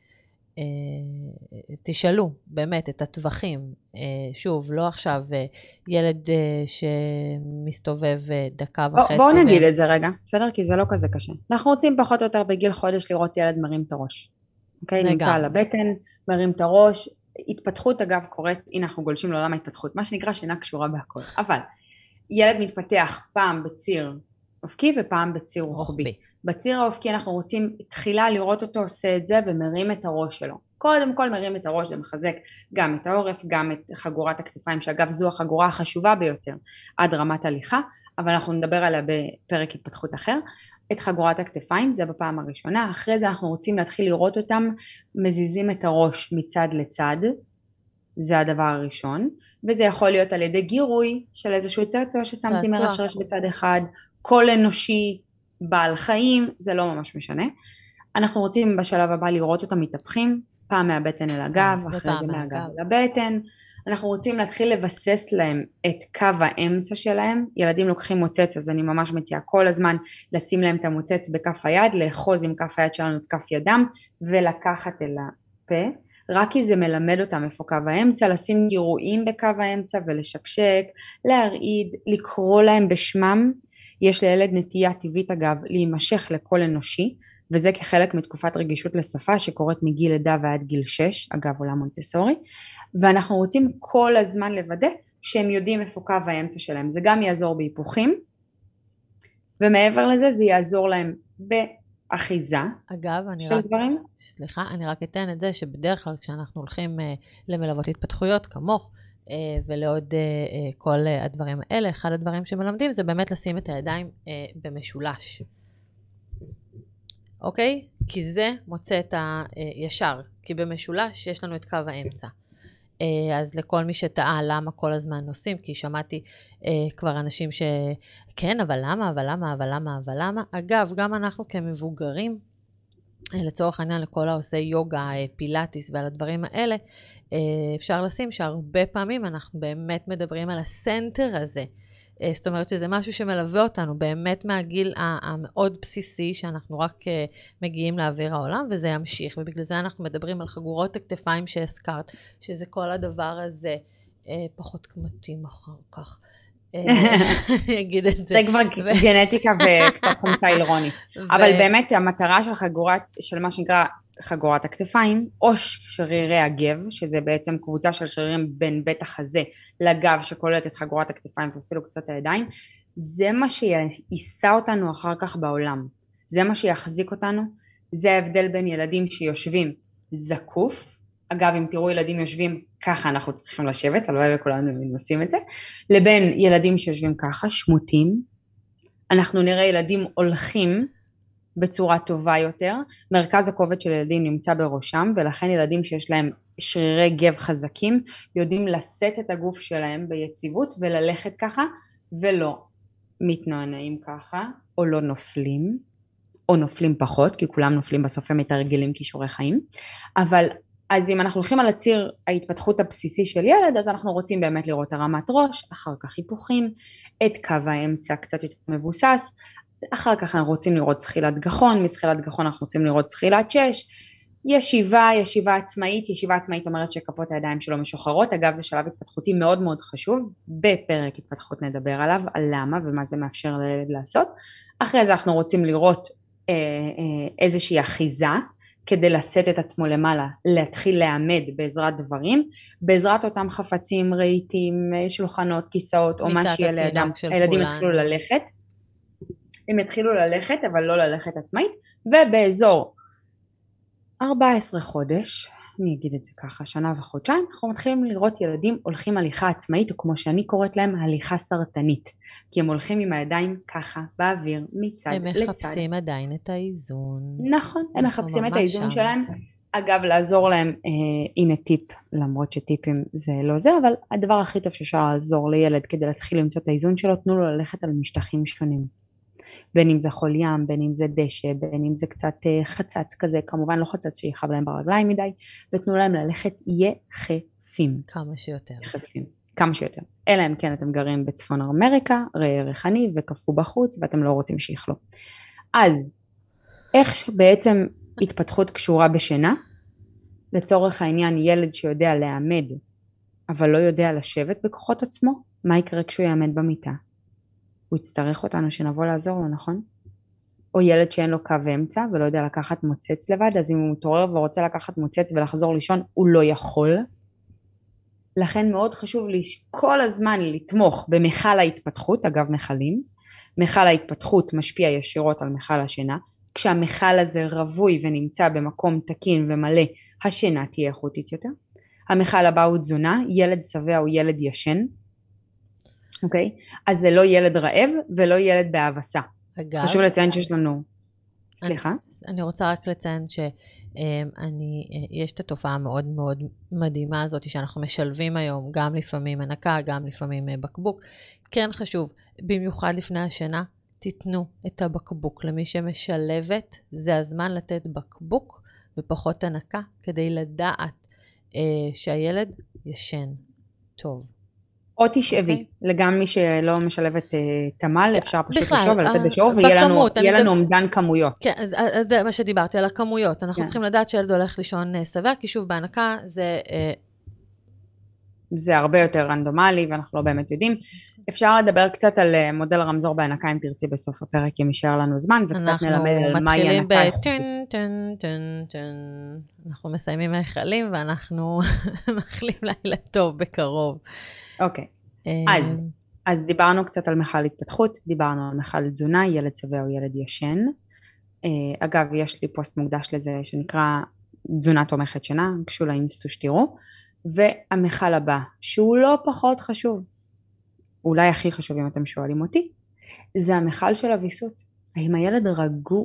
S3: תשאלו באמת את הטווחים. שוב, לא עכשיו ילד שמסתובב דקה וחצי.
S2: בואו נגיד את זה רגע, בסדר? כי זה לא כזה קשה. אנחנו רוצים פחות או יותר בגיל חודש לראות ילד מרים את הראש. אוקיי? נמצא על הבטן, מרים את הראש. התפתחות אגב קורית, הנה אנחנו גולשים לעולם ההתפתחות, מה שנקרא שינה קשורה בהכל. אבל ילד מתפתח פעם בציר אופקי ופעם בציר רוחבי. בציר האופקי אנחנו רוצים תחילה לראות אותו עושה את זה ומרים את הראש שלו. קודם כל מרים את הראש, זה מחזק גם את העורף, גם את חגורת הכתפיים, שאגב זו החגורה החשובה ביותר עד רמת הליכה, אבל אנחנו נדבר עליה בפרק התפתחות אחר. את חגורת הכתפיים, זה בפעם הראשונה, אחרי זה אנחנו רוצים להתחיל לראות אותם מזיזים את הראש מצד לצד, זה הדבר הראשון, וזה יכול להיות על ידי גירוי של איזשהו צעצוע ששמתי מרשרש בצד אחד, קול אנושי, בעל חיים, זה לא ממש משנה. אנחנו רוצים בשלב הבא לראות אותם מתהפכים, פעם מהבטן אל הגב, אחרי זה מהגב אל הבטן. אנחנו רוצים להתחיל לבסס להם את קו האמצע שלהם. ילדים לוקחים מוצץ, אז אני ממש מציעה כל הזמן לשים להם את המוצץ בכף היד, לאחוז עם כף היד שלנו את כף ידם, ולקחת אל הפה. רק כי זה מלמד אותם איפה קו האמצע, לשים גירויים בקו האמצע ולשקשק, להרעיד, לקרוא להם בשמם. יש לילד נטייה טבעית אגב להימשך לקול אנושי, וזה כחלק מתקופת רגישות לשפה שקורית מגיל לידה ועד גיל שש, אגב עולם מונטסורי, ואנחנו רוצים כל הזמן לוודא שהם יודעים איפה קו האמצע שלהם, זה גם יעזור בהיפוכים, ומעבר לזה זה יעזור להם באחיזה.
S3: אגב, אני רק, דברים. סליחה, אני רק אתן את זה שבדרך כלל כשאנחנו הולכים uh, למלוות התפתחויות כמוך, Uh, ולעוד uh, uh, כל uh, הדברים האלה, אחד הדברים שמלמדים זה באמת לשים את הידיים uh, במשולש. אוקיי? כי זה מוצא את הישר, כי במשולש יש לנו את קו האמצע. Uh, אז לכל מי שטעה למה כל הזמן עושים, כי שמעתי uh, כבר אנשים שכן, אבל למה, אבל למה, אבל למה, אבל למה. אגב, גם אנחנו כמבוגרים, לצורך העניין לכל העושה יוגה, פילאטיס ועל הדברים האלה, אפשר לשים שהרבה פעמים אנחנו באמת מדברים על הסנטר הזה. זאת אומרת שזה משהו שמלווה אותנו באמת מהגיל המאוד בסיסי שאנחנו רק מגיעים לאוויר העולם וזה ימשיך, ובגלל זה אנחנו מדברים על חגורות הכתפיים שהזכרת, שזה כל הדבר הזה פחות כמתים אחר כך. אני אגיד את זה.
S2: זה כבר גנטיקה וקצת חומצה הילרונית. אבל באמת המטרה של חגורת, של מה שנקרא חגורת הכתפיים, או שרירי הגב, שזה בעצם קבוצה של שרירים בין בית החזה לגב, שכוללת את חגורת הכתפיים ואפילו קצת הידיים, זה מה שיעשה אותנו אחר כך בעולם. זה מה שיחזיק אותנו. זה ההבדל בין ילדים שיושבים זקוף, אגב, אם תראו ילדים יושבים ככה, אנחנו צריכים לשבת, הלוואי וכולנו נשים את זה, לבין ילדים שיושבים ככה, שמוטים, אנחנו נראה ילדים הולכים בצורה טובה יותר, מרכז הכובד של ילדים נמצא בראשם, ולכן ילדים שיש להם שרירי גב חזקים, יודעים לשאת את הגוף שלהם ביציבות, וללכת ככה, ולא מתנוענעים ככה, או לא נופלים, או נופלים פחות, כי כולם נופלים בסוף הם מתרגלים כישורי חיים, אבל אז אם אנחנו הולכים על הציר ההתפתחות הבסיסי של ילד, אז אנחנו רוצים באמת לראות הרמת ראש, אחר כך היפוכים, את קו האמצע קצת יותר מבוסס, אחר כך אנחנו רוצים לראות זחילת גחון, מזחילת גחון אנחנו רוצים לראות זחילת שש, ישיבה, ישיבה עצמאית, ישיבה עצמאית אומרת שכפות הידיים שלו משוחררות, אגב זה שלב התפתחותי מאוד מאוד חשוב, בפרק התפתחות נדבר עליו, על למה ומה זה מאפשר לילד לעשות, אחרי זה אנחנו רוצים לראות אה, אה, איזושהי אחיזה, כדי לשאת את עצמו למעלה, להתחיל לעמד בעזרת דברים, בעזרת אותם חפצים, רהיטים, שולחנות, כיסאות, או מה שיהיה לידם, הילדים יתחילו ללכת, הם יתחילו ללכת, אבל לא ללכת עצמאית, ובאזור ארבע עשרה חודש, אני אגיד את זה ככה, שנה וחודשיים, אנחנו מתחילים לראות ילדים הולכים הליכה עצמאית, או כמו שאני קוראת להם, הליכה סרטנית. כי הם הולכים עם הידיים ככה, באוויר, מצד
S3: הם
S2: לצד.
S3: הם מחפשים עדיין את האיזון.
S2: נכון, הם מחפשים את האיזון
S3: שם.
S2: שלהם. אגב, לעזור להם, אה, הנה טיפ, למרות שטיפים זה לא זה, אבל הדבר הכי טוב שאפשר לעזור לילד כדי להתחיל למצוא את האיזון שלו, תנו לו ללכת על משטחים שונים. בין אם זה חול ים, בין אם זה דשא, בין אם זה קצת חצץ כזה, כמובן לא חצץ שיחב להם ברגליים מדי, ותנו להם ללכת יחפים.
S3: כמה שיותר.
S2: יחפים, כמה שיותר. אלא אם כן אתם גרים בצפון אמריקה, ריחני וקפוא בחוץ, ואתם לא רוצים שיחלו. אז, איך בעצם התפתחות קשורה בשינה? לצורך העניין ילד שיודע לעמד, אבל לא יודע לשבת בכוחות עצמו, מה יקרה כשהוא יעמד במיטה? הוא יצטרך אותנו שנבוא לעזור לו, נכון? או ילד שאין לו קו אמצע ולא יודע לקחת מוצץ לבד, אז אם הוא מתעורר ורוצה לקחת מוצץ ולחזור לישון, הוא לא יכול. לכן מאוד חשוב לי כל הזמן לתמוך במחל ההתפתחות, אגב מחלים, מחל ההתפתחות משפיע ישירות על מחל השינה, כשהמחל הזה רווי ונמצא במקום תקין ומלא, השינה תהיה איכותית יותר. המחל הבא הוא תזונה, ילד שבע הוא ילד ישן, אוקיי? אז זה לא ילד רעב ולא ילד בהאבסה.
S3: אגב,
S2: חשוב לציין שיש לנו, סליחה?
S3: אני, אני רוצה רק לציין שאני, יש את התופעה המאוד מאוד מדהימה הזאת שאנחנו משלבים היום, גם לפעמים הנקה, גם לפעמים בקבוק. כן חשוב, במיוחד לפני השינה, תיתנו את הבקבוק למי שמשלבת, זה הזמן לתת בקבוק ופחות הנקה, כדי לדעת אה, שהילד ישן טוב.
S2: או תשאבי,
S3: אוקיי.
S2: לגם מי שלא משלבת תמל, אפשר פשוט
S3: בכלל,
S2: לשאוב ולתת
S3: אה,
S2: בשאוב, ויהיה לנו,
S3: בכמות, אני
S2: יהיה לנו
S3: מדבר-
S2: אומדן כמויות.
S3: כן, אז, אז זה מה שדיברתי, על הכמויות. אנחנו
S2: כן.
S3: צריכים לדעת שילד הולך לישון אה, שבע, כי שוב בהנקה זה... אה,
S2: זה הרבה יותר רנדומלי ואנחנו לא באמת יודעים. אפשר לדבר קצת על אה, מודל הרמזור בהנקה אם תרצי בסוף הפרק, אם יישאר לנו זמן, וקצת
S3: אנחנו
S2: נלמד על מהי
S3: מתחילים
S2: הנקה.
S3: בטן, טן, טן, טן. אנחנו מסיימים מהחלים ואנחנו מאחלים לילה טוב בקרוב.
S2: אוקיי,
S3: אה,
S2: אז, אז דיברנו קצת על מחל התפתחות, דיברנו על מחל תזונה, ילד שבע או ילד ישן. אה, אגב, יש לי פוסט מוקדש לזה שנקרא תזונה תומכת שינה, גשו לאינסטו שתראו. והמחל הבא, שהוא לא פחות חשוב, אולי הכי חשוב אם אתם שואלים אותי, זה המחל של הוויסות. האם הילד רגוע?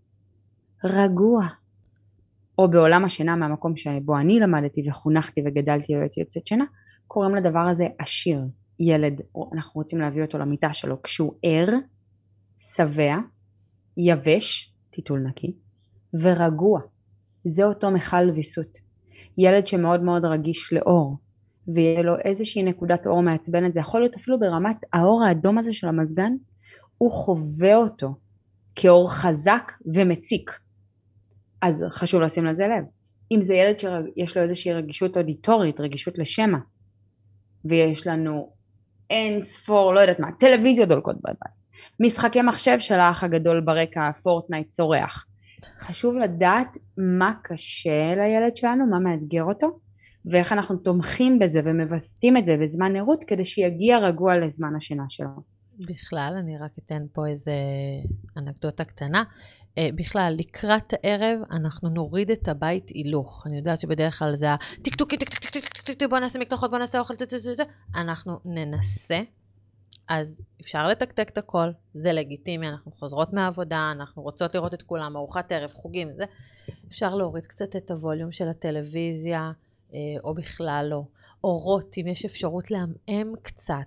S2: רגוע. או בעולם השינה מהמקום שבו אני למדתי וחונכתי וגדלתי להיות יוצאת שינה, קוראים לדבר הזה עשיר. ילד, אנחנו רוצים להביא אותו למיטה שלו כשהוא ער, שבע, יבש, טיטול נקי, ורגוע. זה אותו מחל ויסות. ילד שמאוד מאוד רגיש לאור, ויהיה לו איזושהי נקודת אור מעצבנת, זה יכול להיות אפילו ברמת האור האדום הזה של המזגן, הוא חווה אותו כאור חזק ומציק. אז חשוב לשים לזה לב. אם זה ילד שיש לו איזושהי רגישות אודיטורית, רגישות לשמה, ויש לנו אין ספור, לא יודעת מה, טלוויזיות דולקות בבית, משחקי מחשב של האח הגדול ברקע, פורטנייט צורח, חשוב לדעת מה קשה לילד שלנו, מה מאתגר אותו, ואיך אנחנו תומכים בזה ומבסטים את זה בזמן נרות, כדי שיגיע רגוע לזמן השינה שלו.
S3: בכלל, אני רק אתן פה איזה אנקדוטה קטנה. בכלל, לקראת הערב אנחנו נוריד את הבית הילוך. אני יודעת שבדרך כלל זה הטיקטוקים, טיק טיק טיק טיק טיק, בוא נעשה מקלחות, בוא נעשה אוכל, אנחנו ננסה. אז אפשר לתקתק את הכל, זה לגיטימי, אנחנו חוזרות מהעבודה, אנחנו רוצות לראות את כולם, ארוחת ערב, חוגים, זה. אפשר להוריד קצת את הווליום של הטלוויזיה, או בכלל לא. אורות, אם יש אפשרות להמם קצת.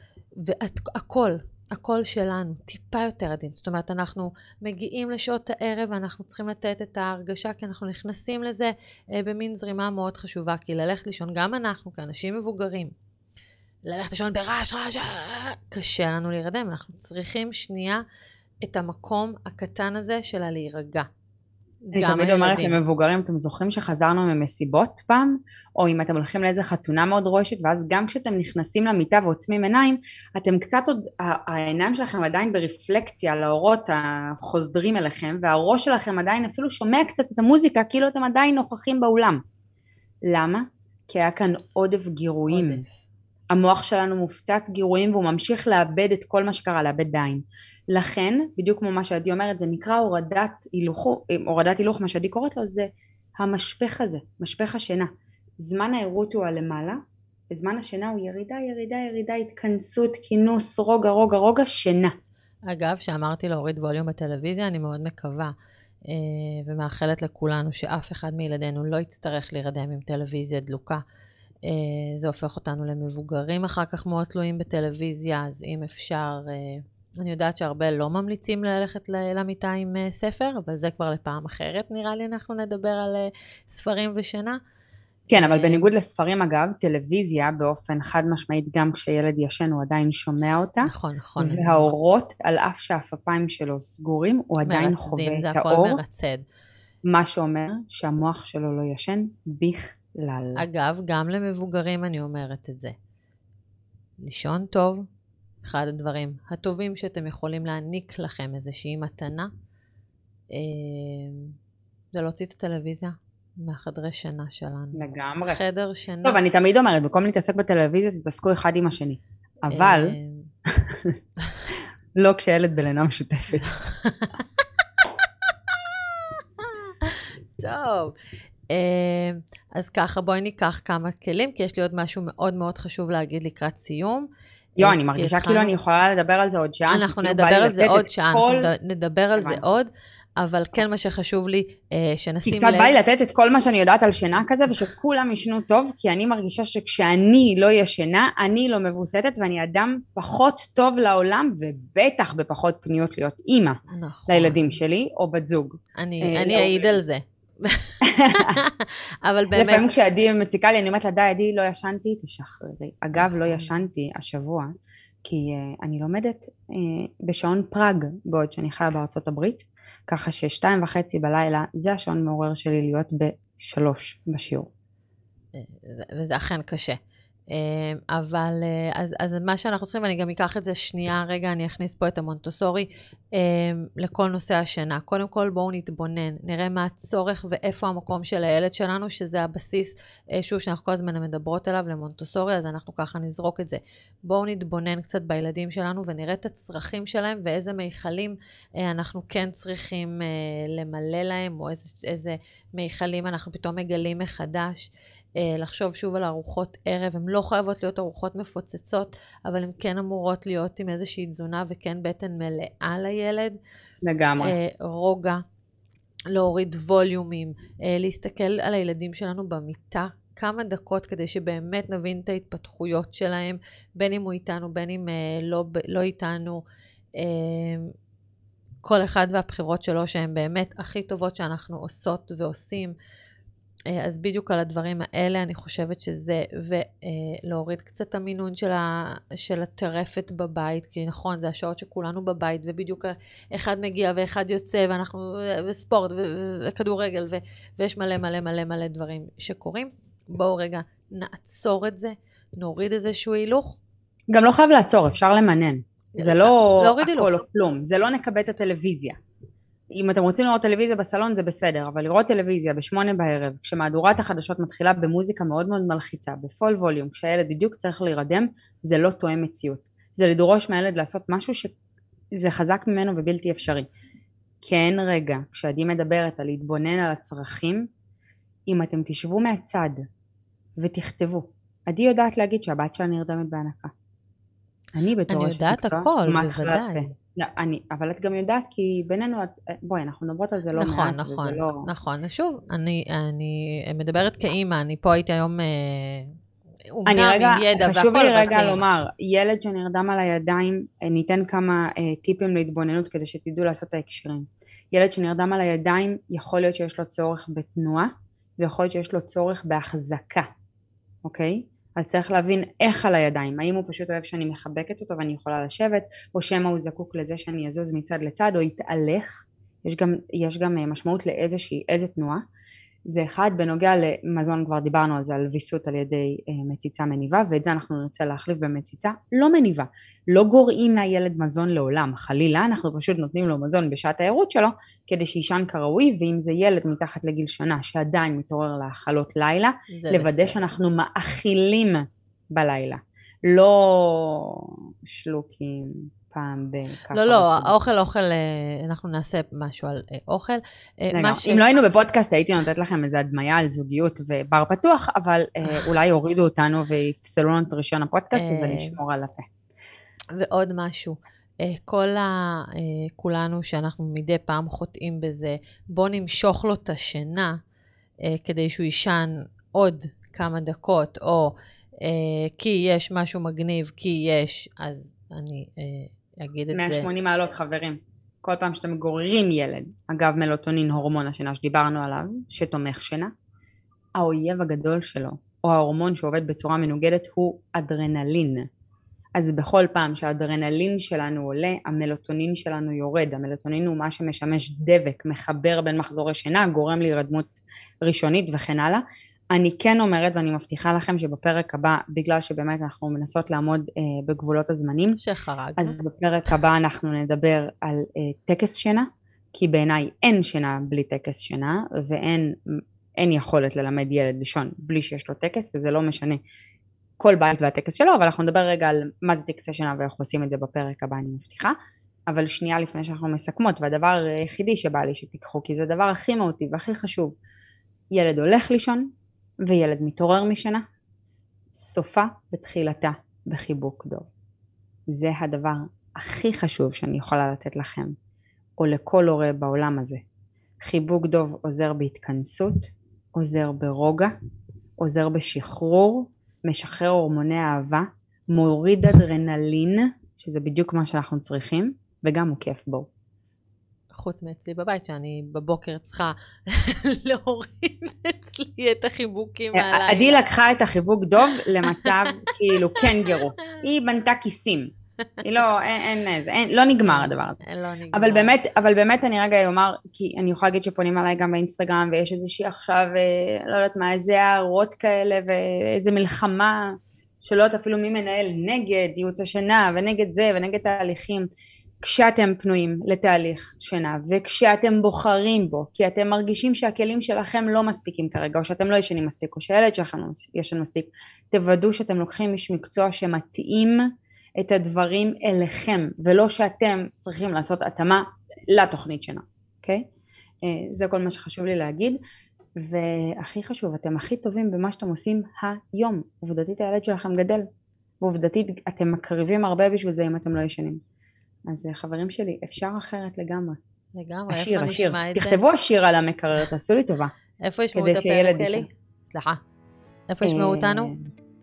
S3: והכל, הכל שלנו, טיפה יותר עדין. זאת אומרת, אנחנו מגיעים לשעות הערב, ואנחנו צריכים לתת את ההרגשה, כי אנחנו נכנסים לזה במין זרימה מאוד חשובה, כי ללכת לישון, גם אנחנו, כאנשים מבוגרים, ללכת לישון ברעש, רעש, קשה לנו להירדם. אנחנו צריכים שנייה את המקום הקטן הזה של להירגע.
S2: אני תמיד אומרת למבוגרים, אתם זוכרים שחזרנו ממסיבות פעם, או אם אתם הולכים לאיזה חתונה מאוד רועשת, ואז גם כשאתם נכנסים למיטה ועוצמים עיניים, אתם קצת עוד, העיניים שלכם עדיין ברפלקציה לאורות החוזרים אליכם, והראש שלכם עדיין אפילו שומע קצת את המוזיקה, כאילו אתם עדיין נוכחים באולם. למה? כי היה כאן עודף גירויים. עודף. המוח שלנו מופצץ גירויים, והוא ממשיך לאבד את כל מה שקרה, לאבד בעין. לכן, בדיוק כמו מה שעדי אומרת, זה נקרא הורדת הילוך, הורדת הילוך, מה שעדי קוראת לו, זה המשפך הזה, משפך השינה. זמן העירות הוא הלמעלה, וזמן השינה הוא ירידה, ירידה, ירידה, התכנסות, כינוס, רוגע, רוגע, רוגע, שינה.
S3: אגב, שאמרתי להוריד ווליום בטלוויזיה, אני מאוד מקווה אה, ומאחלת לכולנו שאף אחד מילדינו לא יצטרך להירדם עם טלוויזיה דלוקה. אה, זה הופך אותנו למבוגרים אחר כך מאוד תלויים בטלוויזיה, אז אם אפשר, אה, אני יודעת שהרבה לא ממליצים ללכת למיטה עם אה, ספר, אבל זה כבר לפעם אחרת, נראה לי אנחנו נדבר על אה, ספרים ושינה.
S2: כן, אבל בניגוד לספרים אגב, טלוויזיה באופן חד משמעית, גם כשילד ישן הוא עדיין שומע אותה.
S3: נכון, נכון.
S2: והאורות, על אף שהאפפיים שלו סגורים, הוא עדיין חווה את האור.
S3: זה הכל מרצד.
S2: מה שאומר שהמוח שלו לא ישן בכלל.
S3: אגב, גם למבוגרים אני אומרת את זה. לישון טוב, אחד הדברים הטובים שאתם יכולים להעניק לכם איזושהי מתנה, זה להוציא את הטלוויזיה. מהחדרי שינה שלנו.
S2: לגמרי.
S3: חדר שינה.
S2: טוב, אני תמיד אומרת, במקום להתעסק בטלוויזיה, תתעסקו אחד עם השני. אבל, לא כשילד בלינה משותפת.
S3: טוב. אז ככה, בואי ניקח כמה כלים, כי יש לי עוד משהו מאוד מאוד חשוב להגיד לקראת סיום.
S2: יו, אני מרגישה כאילו אני יכולה לדבר על זה עוד שעה.
S3: אנחנו נדבר על זה עוד שעה, נדבר על זה עוד. אבל כן מה שחשוב לי, שנשים לב...
S2: כי קצת בא לי לתת את כל מה שאני יודעת על שינה כזה, ושכולם ישנו טוב, כי אני מרגישה שכשאני לא ישנה, אני לא מבוסתת, ואני אדם פחות טוב לעולם, ובטח בפחות פניות להיות אימא לילדים שלי, או בת זוג.
S3: אני אעיד על זה. אבל באמת...
S2: לפעמים כשעדי מציקה לי, אני אומרת לה, די, עדי, לא ישנתי, תשחררי. אגב, לא ישנתי השבוע, כי אני לומדת בשעון פראג, בעוד שאני חיה בארצות הברית, ככה ששתיים וחצי בלילה, זה השעון מעורר שלי להיות בשלוש בשיעור.
S3: וזה אכן קשה. אבל, אז, אז מה שאנחנו צריכים, ואני גם אקח את זה שנייה, רגע, אני אכניס פה את המונטוסורי, לכל נושא השינה. קודם כל, בואו נתבונן, נראה מה הצורך ואיפה המקום של הילד שלנו, שזה הבסיס, שוב, שאנחנו כל הזמן מדברות עליו למונטוסורי, אז אנחנו ככה נזרוק את זה. בואו נתבונן קצת בילדים שלנו, ונראה את הצרכים שלהם, ואיזה מיכלים אנחנו כן צריכים למלא להם, או איזה, איזה מיכלים אנחנו פתאום מגלים מחדש. לחשוב שוב על ארוחות ערב, הן לא חייבות להיות ארוחות מפוצצות, אבל הן כן אמורות להיות עם איזושהי תזונה, וכן בטן מלאה לילד.
S2: לגמרי.
S3: רוגע, להוריד ווליומים, להסתכל על הילדים שלנו במיטה, כמה דקות כדי שבאמת נבין את ההתפתחויות שלהם, בין אם הוא איתנו, בין אם לא, לא איתנו, כל אחד והבחירות שלו, שהן באמת הכי טובות שאנחנו עושות ועושים, אז בדיוק על הדברים האלה אני חושבת שזה, ולהוריד קצת המינון של, ה, של הטרפת בבית, כי נכון, זה השעות שכולנו בבית, ובדיוק אחד מגיע ואחד יוצא, ואנחנו בספורט וכדורגל, ו, ויש מלא מלא מלא מלא דברים שקורים. בואו רגע נעצור את זה, נוריד איזשהו הילוך.
S2: גם לא חייב לעצור, אפשר למנן. זה לא הכל או כלום, זה לא נקבל את הטלוויזיה. אם אתם רוצים לראות טלוויזיה בסלון זה בסדר, אבל לראות טלוויזיה בשמונה בערב, כשמהדורת החדשות מתחילה במוזיקה מאוד מאוד מלחיצה, בפול ווליום, כשהילד בדיוק צריך להירדם, זה לא תואם מציאות. זה לדרוש מהילד לעשות משהו שזה חזק ממנו ובלתי אפשרי. כן רגע, כשעדי מדברת על להתבונן על הצרכים, אם אתם תשבו מהצד ותכתבו, עדי יודעת להגיד שהבת שלה נרדמת בהנקה. אני בתור
S3: אני יודעת הכל, בוודאי.
S2: לא, אני, אבל את גם יודעת כי בינינו, בואי, אנחנו נדברות על זה לא
S3: נכון,
S2: מעט.
S3: נכון,
S2: וזה לא...
S3: נכון. שוב, אני, אני מדברת כאימא, אני פה הייתי היום
S2: אני רגע, חשוב לי רגע לומר, ילד שנרדם על הידיים, ניתן כמה טיפים להתבוננות כדי שתדעו לעשות את ההקשרים. ילד שנרדם על הידיים, יכול להיות שיש לו צורך בתנועה, ויכול להיות שיש לו צורך בהחזקה, אוקיי? אז צריך להבין איך על הידיים, האם הוא פשוט אוהב שאני מחבקת אותו ואני יכולה לשבת, או שמה הוא זקוק לזה שאני אזוז מצד לצד, או יתהלך, יש גם, יש גם משמעות לאיזושהי, איזה תנועה. זה אחד, בנוגע למזון כבר דיברנו על זה, על ויסות על ידי אה, מציצה מניבה, ואת זה אנחנו נרצה להחליף במציצה לא מניבה. לא גורעים מהילד מזון לעולם, חלילה, אנחנו פשוט נותנים לו מזון בשעת העירות שלו, כדי שישן כראוי, ואם זה ילד מתחת לגיל שנה, שעדיין מתעורר להאכלות לילה, לוודא בסדר. שאנחנו מאכילים בלילה. לא שלוקים, פעם בככה.
S3: לא, לא, האוכל, אוכל, אנחנו נעשה משהו על אוכל.
S2: רגע, ש... אם לא היינו בפודקאסט, הייתי נותנת לכם איזו הדמיה על זוגיות ובר פתוח, אבל אולי יורידו אותנו ויפסלו לנו את ראשון הפודקאסט, אז אני אשמור על הפה.
S3: ועוד משהו. כל ה... כולנו שאנחנו מדי פעם חוטאים בזה, בוא נמשוך לו את השינה, כדי שהוא ישן עוד כמה דקות, או כי יש משהו מגניב, כי יש, אז אני אגיד את זה.
S2: מאה ושמונים מעלות, חברים. כל פעם שאתם מגוררים ילד, אגב מלוטונין, הורמון השינה שדיברנו עליו, שתומך שינה, האויב הגדול שלו, או ההורמון שעובד בצורה מנוגדת, הוא אדרנלין. אז בכל פעם שהאדרנלין שלנו עולה, המלוטונין שלנו יורד. המלוטונין הוא מה שמשמש דבק, מחבר בין מחזורי שינה, גורם להירדמות ראשונית וכן הלאה. אני כן אומרת, ואני מבטיחה לכם שבפרק הבא, בגלל שבאמת אנחנו מנסות לעמוד אה, בגבולות הזמנים,
S3: שחרג.
S2: אז בפרק הבא אנחנו נדבר על אה, טקס שינה, כי בעיניי אין שינה בלי טקס שינה, ואין אין יכולת ללמד ילד לישון בלי שיש לו טקס, וזה לא משנה כל בית והטקס שלו, אבל אנחנו נדבר רגע על מה זה טקסי שינה ואיך עושים את זה בפרק הבא, אני מבטיחה. אבל שנייה לפני שאנחנו מסכמות, והדבר היחידי שבא לי שתיקחו, כי זה הדבר הכי מהותי והכי חשוב, ילד הולך לישון, וילד מתעורר משנה, סופה ותחילתה בחיבוק דוב. זה הדבר הכי חשוב שאני יכולה לתת לכם, או לכל הורה בעולם הזה. חיבוק דוב עוזר בהתכנסות, עוזר ברוגע, עוזר בשחרור, משחרר הורמוני אהבה, מוריד אדרנלין, שזה בדיוק מה שאנחנו צריכים, וגם הוא כיף בו.
S3: חוץ מאצלי בבית, שאני בבוקר צריכה להוריד אצלי את החיבוקים עליי.
S2: עדי לקחה את החיבוק דוב למצב כאילו קנגרו. היא בנתה כיסים. היא לא, אין איזה, לא נגמר הדבר הזה.
S3: לא נגמר.
S2: אבל באמת, אבל באמת אני רגע אומר, כי אני יכולה להגיד שפונים עליי גם באינסטגרם, ויש איזושהי עכשיו, לא יודעת מה, איזה הערות כאלה, ואיזה מלחמה, שלא יודעת אפילו מי מנהל נגד ייעוץ השינה, ונגד זה, ונגד תהליכים. כשאתם פנויים לתהליך שינה, וכשאתם בוחרים בו, כי אתם מרגישים שהכלים שלכם לא מספיקים כרגע, או שאתם לא ישנים מספיק, או שהילד שלכם לא ישן מספיק, תוודאו שאתם לוקחים איש מקצוע שמתאים את הדברים אליכם, ולא שאתם צריכים לעשות התאמה לתוכנית שינה, אוקיי? זה כל מה שחשוב לי להגיד, והכי חשוב, אתם הכי טובים במה שאתם עושים היום, עובדתית הילד שלכם גדל, ועובדתית אתם מקריבים הרבה בשביל זה אם אתם לא ישנים. אז חברים שלי, אפשר אחרת לגמרי.
S3: לגמרי,
S2: השיר,
S3: איפה
S2: השיר.
S3: נשמע את זה?
S2: תכתבו השיר על המקרר, תעשו לי טובה.
S3: איפה ישמעו את הפרק אלי? סליחה. איפה ישמעו אותנו?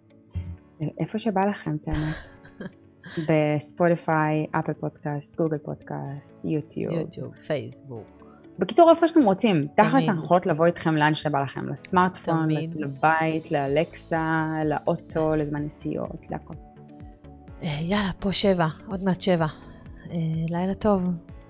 S2: איפה שבא לכם, את האמת. בספוטיפיי, אפל פודקאסט, גוגל פודקאסט, יוטיוב.
S3: יוטיוב, פייסבוק.
S2: בקיצור, איפה שאתם רוצים. תכלס אנחנו יכולות לבוא איתכם לאן שבא לכם. לסמארטפון, לבית, לאלקסה, לאוטו, לזמן נסיעות, להכל.
S3: יאללה, פה שבע, עוד מעט שבע. לילה טוב.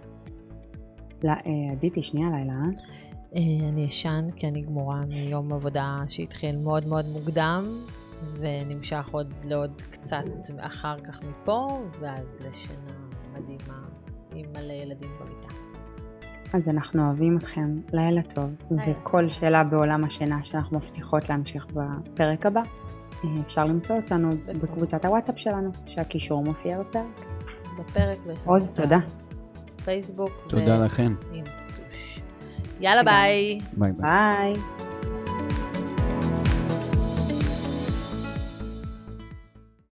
S2: עדיתי, שנייה לילה.
S3: אני ישן כי אני גמורה מיום עבודה שהתחיל מאוד מאוד מוקדם, ונמשך עוד לעוד קצת אחר כך מפה, ואז לשינה מדהימה עם מלא ילדים במיטה.
S2: אז אנחנו אוהבים אתכם, לילה טוב, וכל שאלה בעולם השינה שאנחנו מבטיחות להמשיך בפרק הבא, אפשר למצוא אותנו בקבוצת הוואטסאפ שלנו, שהקישור מופיע בפרק.
S3: בפרק.
S2: עוז, תודה.
S3: פייסבוק.
S1: תודה לכם.
S3: ואינסטוש. יאללה, ביי.
S1: ביי ביי.
S2: ביי.